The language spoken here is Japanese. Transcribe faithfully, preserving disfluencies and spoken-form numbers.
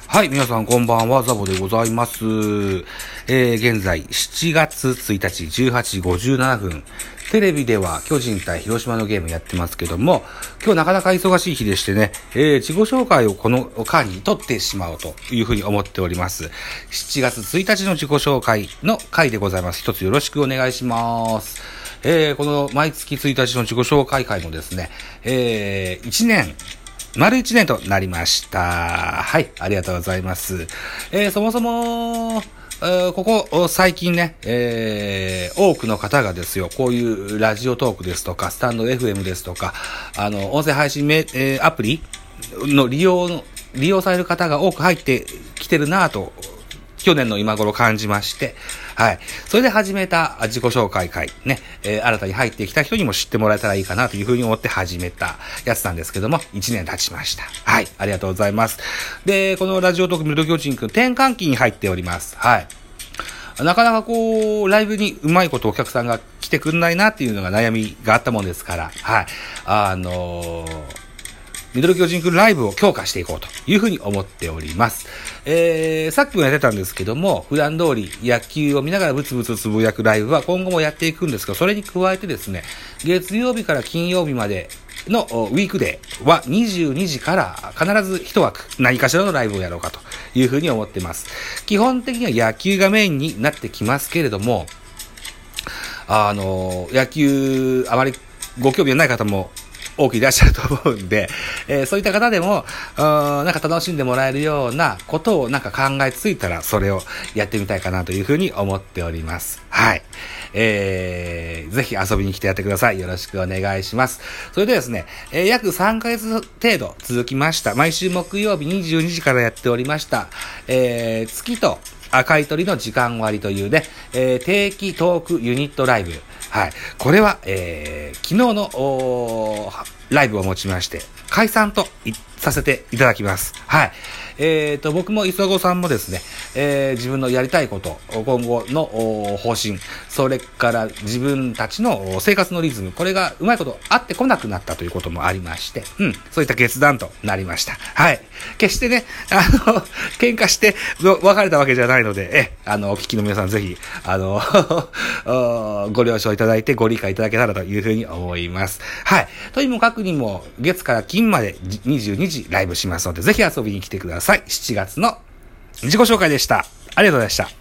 はい、皆さんこんばんは、ザボでございます。えー、現在しちがつついたちじゅうはちじごじゅうななふん、テレビでは巨人対広島のゲームやってますけども、今日なかなか忙しい日でしてね、えー、自己紹介をこの間に取ってしまおうというふうに思っております。しちがつついたちの自己紹介の回でございます。一つよろしくお願いします。えー、この毎月ついたちの自己紹介回もですね、えー、いちねん、丸一年となりました。はい、ありがとうございます。えー、そもそも、えー、ここ最近ね、えー、多くの方がですよ、こういうラジオトークですとか、スタンド エフエム ですとか、あの、音声配信メ、えー、アプリの利用の、利用される方が多く入ってきてるなぁと、去年の今頃感じまして、はい。それで始めた自己紹介会ね、えー、新たに入ってきた人にも知ってもらえたらいいかなというふうに思って始めたやつなんですけども、いちねん経ちました。はい。ありがとうございます。で、このラジオトークミルド巨人くん転換期に入っております。はい。なかなかこう、ライブにうまいことお客さんが来てくんないなっていうのが悩みがあったもんですから、はい。あのー、ミドル巨人くんライブを強化していこうというふうに思っております。えー、さっきもやってたんですけども、普段通り野球を見ながらブツブツつぶやくライブは今後もやっていくんですが、それに加えてですね、月曜日から金曜日までのウィークデーはにじゅうにじから必ず一枠何かしらのライブをやろうかというふうに思っています。基本的には野球がメインになってきますけれども、あの、野球あまりご興味のない方も多くいらっしゃると思うんで、えー、そういった方でも、なんか楽しんでもらえるようなことをなんか考えついたら、それをやってみたいかなというふうに思っております。はい。えー、ぜひ遊びに来てやってください。よろしくお願いします。それでですね、えー、約さんかげつ程度続きました。毎週木曜日にじゅうにじからやっておりました。えー、月と赤い鳥の時間割というね、えー、定期トークユニットライブ。はい。これは、えー、昨日のライブをもちまして、解散とさせていただきます。はい。えーと、僕も磯子さんもですね、えー、自分のやりたいこと、今後の方針、それから自分たちの生活のリズム、これがうまいこと合ってこなくなったということもありまして、うん、そういった決断となりました。はい。決してね、あの、喧嘩して別れたわけじゃないので、え、あの、お聞きの皆さんぜひ、あの、ご了承いただいてご理解いただけたらというふうに思います。はい。とにもかくにも、月から金までにじゅうにじライブしますので、ぜひ遊びに来てください。しちがつの自己紹介でした。ありがとうございました。